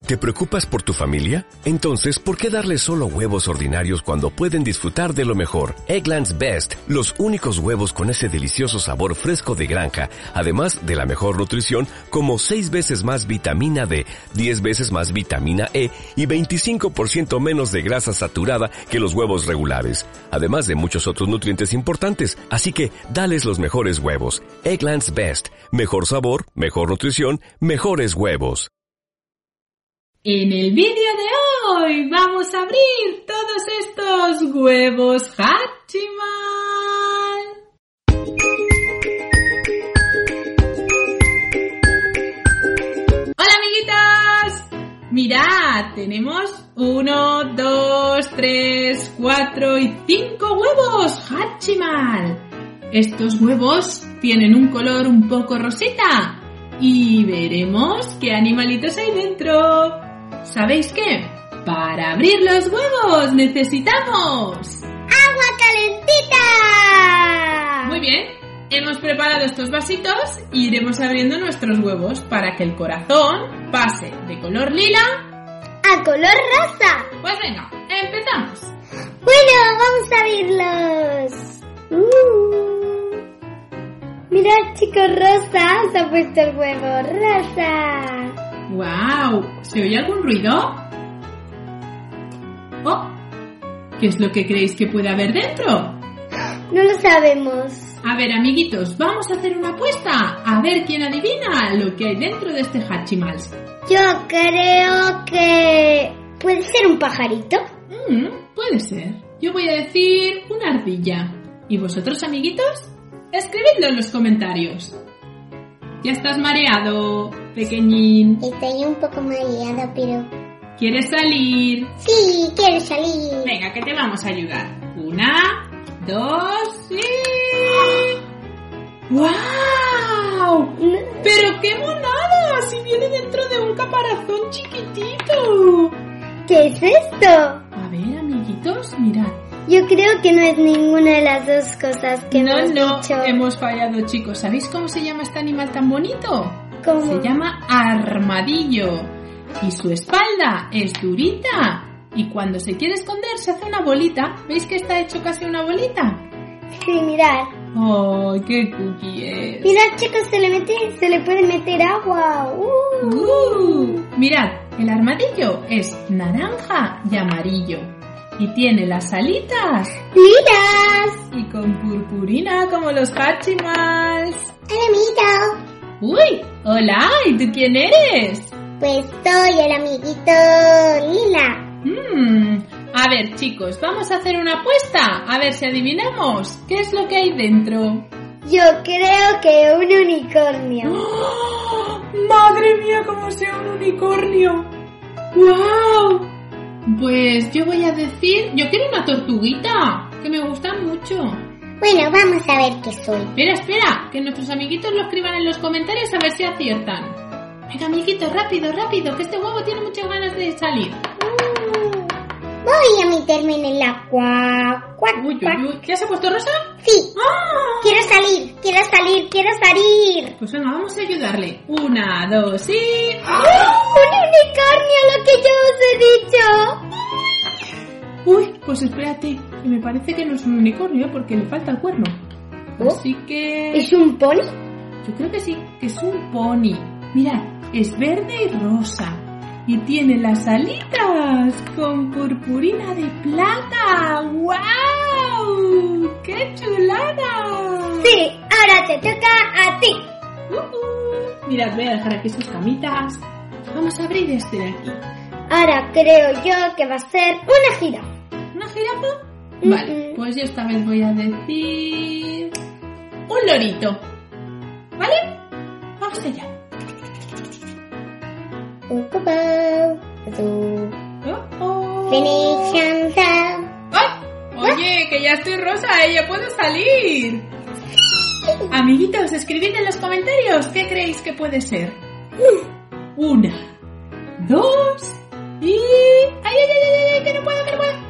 ¿Te preocupas por tu familia? Entonces, ¿por qué darles solo huevos ordinarios cuando pueden disfrutar de lo mejor? Eggland's Best, los únicos huevos con ese delicioso sabor fresco de granja, además de la mejor nutrición, como 6 veces más vitamina D, 10 veces más vitamina E y 25% menos de grasa saturada que los huevos regulares, además de muchos otros nutrientes importantes. Así que, dales los mejores huevos. Eggland's Best, mejor sabor, mejor nutrición, mejores huevos. En el vídeo de hoy vamos a abrir todos estos huevos Hatchimal. ¡Hola, amiguitas! Mirad, tenemos 1, 2, 3, 4 y 5 huevos Hatchimal. Estos huevos tienen un color un poco rosita y veremos qué animalitos hay dentro. ¿Sabéis qué? Para abrir los huevos necesitamos ¡agua calentita! Muy bien, hemos preparado estos vasitos y iremos abriendo nuestros huevos para que el corazón pase de color lila a color rosa. Pues venga, empezamos. Bueno, vamos a abrirlos. Mirad, chicos, rosa, se ha puesto el huevo rosa. ¡Guau! ¿Se oye algún ruido? ¡Oh! ¿Qué es lo que creéis que puede haber dentro? No lo sabemos. A ver, amiguitos, vamos a hacer una apuesta. A ver quién adivina lo que hay dentro de este Hatchimals. Yo creo que puede ser un pajarito. Puede ser. Yo voy a decir una ardilla. ¿Y vosotros, amiguitos? Escribidlo en los comentarios. ¿Ya estás mareado, pequeñín? Estoy un poco mareada, pero... ¿Quieres salir? Sí, quiero salir. Venga, que te vamos a ayudar. 1, 2 y... ¡Guau! ¡Pero qué monada! Si viene dentro de un caparazón chiquitito. ¿Qué es esto? A ver, amiguitos, mirad. Yo creo que no es ninguna de las dos cosas que hemos dicho. No, hemos fallado, chicos. ¿Sabéis cómo se llama este animal tan bonito? ¿Cómo? Se llama armadillo. Y su espalda es durita. Y cuando se quiere esconder se hace una bolita. ¿Veis que está hecho casi una bolita? Sí, mirad. ¡Oh, qué cookie es! Mirad, chicos, se le puede meter agua. Mirad, el armadillo es naranja y amarillo. Y tiene las alitas lilas y con purpurina como los Hatchimals. ¡Hola, amiguito! ¡Uy! ¡Hola! ¿Y tú quién eres? Pues soy el amiguito lila. A ver, chicos, vamos a hacer una apuesta. A ver si adivinamos qué es lo que hay dentro. Yo creo que un unicornio. ¡Oh! ¡Madre mía, cómo sea un unicornio! ¡Guau! Pues yo voy a decir... Yo quiero una tortuguita, que me gusta mucho. Bueno, vamos a ver qué soy. Espera, que nuestros amiguitos lo escriban en los comentarios a ver si aciertan. Venga, amiguitos, rápido, que este huevo tiene muchas ganas de salir. Voy a meterme en el agua. Uy. ¿Ya se ha puesto rosa? Sí. ¡Ah! Quiero salir. Pues venga, vamos a ayudarle. 1, 2 y... ¡Un unicornio, lo que yo os he dicho! Uy, pues espérate, que me parece que no es un unicornio porque le falta el cuerno. Así que... ¿Es un pony? Yo creo que sí, que es un pony. Mirad, es verde y rosa. Y tiene las alitas con purpurina de plata. ¡Guau! ¡Qué chulada! Sí, ahora te toca a ti. Mirad, voy a dejar aquí sus camitas. Vamos a abrir este de aquí. Ahora creo yo que va a ser una jirafa. ¿Una jirafa? Vale, pues yo esta vez voy a decir... un lorito. ¿Vale? Vamos allá. Finish. ¡Ay! Oye, que ya estoy rosa, ya puedo salir. Amiguitos, escribid en los comentarios qué creéis que puede ser. 1, 2 y... ¡Ay, que no puedo!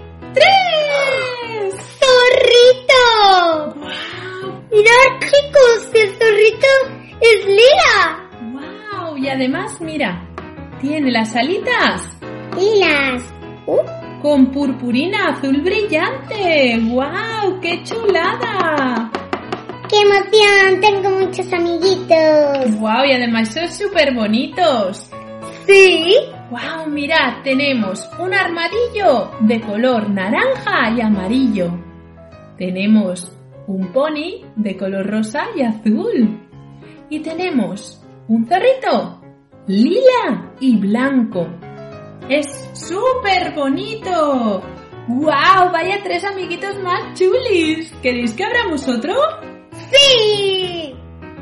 3. ¡Zorrito! ¡Wow! Mirad, chicos, el zorrito es lila. ¡Wow! Y además, mira, tiene las alitas lilas. con purpurina azul brillante. ¡Guau! ¡Qué chulada! ¡Qué emoción! Tengo muchos amiguitos. ¡Guau! Y además son súper bonitos. Sí. ¡Guau! Mirad, tenemos un armadillo de color naranja y amarillo. Tenemos un pony de color rosa y azul. Y tenemos un zorrito lila y blanco. ¡Es súper bonito! ¡Guau! ¡Vaya 3 amiguitos más chulis! ¿Queréis que abramos otro? Sí.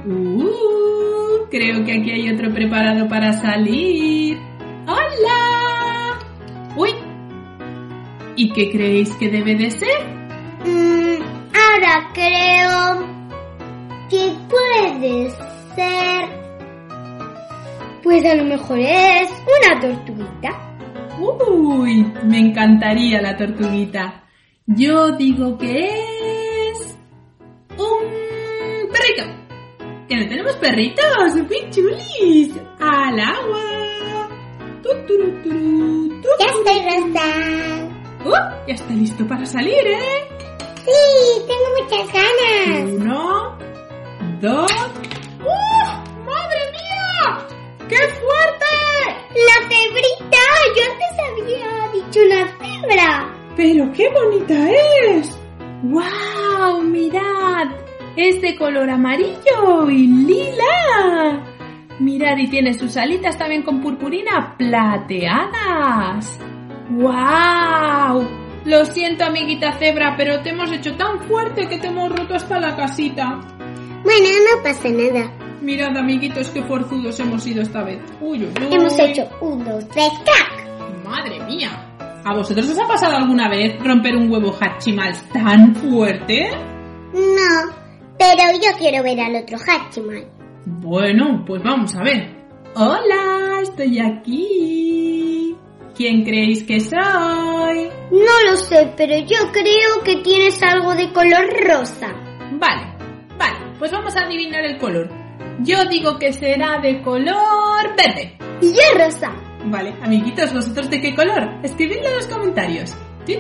Creo que aquí hay otro preparado para salir. ¡Hola! ¡Uy! ¿Y qué creéis que debe de ser? Ahora creo que puede ser... Pues a lo mejor es una tortuguita. ¡Uy! Me encantaría la tortuguita. Yo digo que es... un perrito. ¿Que no tenemos perritos? ¡Muy chulis! ¡Al agua! Ya estoy, Rosa. Ya está listo para salir, ¿eh? Sí, tengo muchas ganas. 1, 2... ¡Madre mía! ¡Qué fuerte! La cebrita. Yo antes había dicho una cebra. ¡Pero qué bonita es! ¡Guau! ¡Mirad! Es de color amarillo y lila. Mirad, y tiene sus alitas también con purpurina plateadas. ¡Guau! Lo siento, amiguita cebra, pero te hemos hecho tan fuerte que te hemos roto hasta la casita. Bueno, no pasa nada. Mirad, amiguitos, qué forzudos hemos sido esta vez. Uy, uy, uy. Hemos hecho 1, 2, 3, ¡crack! ¡Madre mía! ¿A vosotros os ha pasado alguna vez romper un huevo Hatchimals tan fuerte? No, pero yo quiero ver al otro Hatchimal. Bueno, pues vamos a ver. ¡Hola! Estoy aquí. ¿Quién creéis que soy? No lo sé, pero yo creo que tienes algo de color rosa. Vale, pues vamos a adivinar el color. Yo digo que será de color verde. Y yo rosa. Vale, amiguitos, ¿vosotros de qué color? Escribidlo en los comentarios.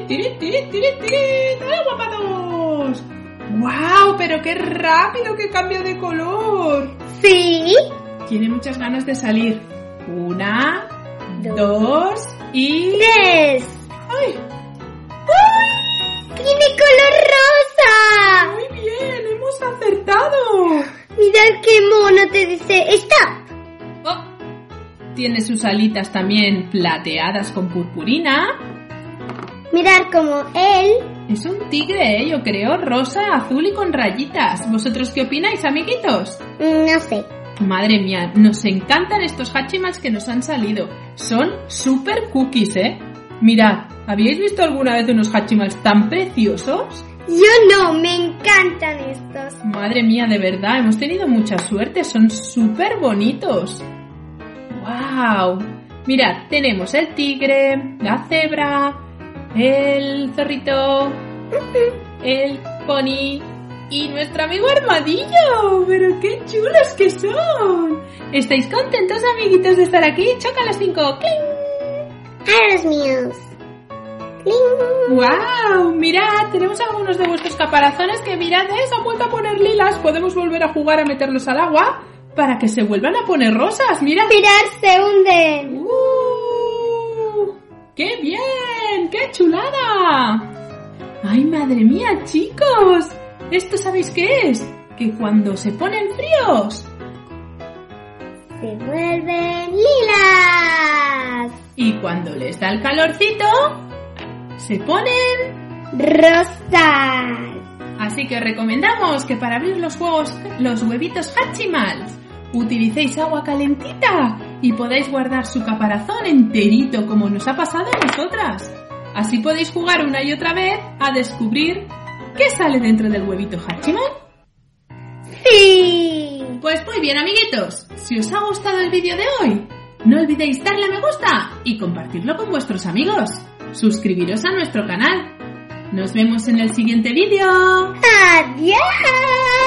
¡Hola, guapados! ¡Guau! ¡Pero qué rápido que cambia de color! ¿Sí? Tiene muchas ganas de salir. 1, 2 y... 3. ¡Ay! ¡Tiene color rosa! ¡Muy bien! ¡Hemos acertado! Mirad qué mono te dice ¡stop! Oh, tiene sus alitas también plateadas con purpurina. Mirad como él... Es un tigre, yo creo, rosa, azul y con rayitas. ¿Vosotros qué opináis, amiguitos? No sé. Madre mía, nos encantan estos Hatchimals que nos han salido. Son super cookies, ¿eh? Mirad, ¿habíais visto alguna vez unos Hatchimals tan preciosos? Yo no, me encantan estos. Madre mía, de verdad, hemos tenido mucha suerte, son súper bonitos. ¡Wow! Mirad, tenemos el tigre, la cebra, el zorrito, el pony y nuestro amigo armadillo. ¡Pero qué chulos que son! ¿Estáis contentos, amiguitos, de estar aquí? ¡Choca los 5! ¡Cling! A los míos. ¡Cling! ¡Guau! Mirad, tenemos algunos de vuestros caparazones que, mirad, se han vuelto a poner lilas. Podemos volver a jugar a meterlos al agua para que se vuelvan a poner rosas. Mirad. Mirad, se hunden. ¡Qué bien! ¡Qué chulada! ¡Ay, madre mía, chicos! ¿Esto sabéis qué es? Que cuando se ponen fríos... se vuelven lilas. Y cuando les da el calorcito... se ponen... rosas. Así que os recomendamos que para abrir los huevitos Hatchimals utilicéis agua calentita y podáis guardar su caparazón enterito como nos ha pasado a nosotras. Así podéis jugar una y otra vez a descubrir qué sale dentro del huevito Hatchimal. Sí. Pues muy bien, amiguitos, si os ha gustado el vídeo de hoy, no olvidéis darle a me gusta y compartirlo con vuestros amigos. Suscribiros a nuestro canal. Nos vemos en el siguiente vídeo. ¡Adiós!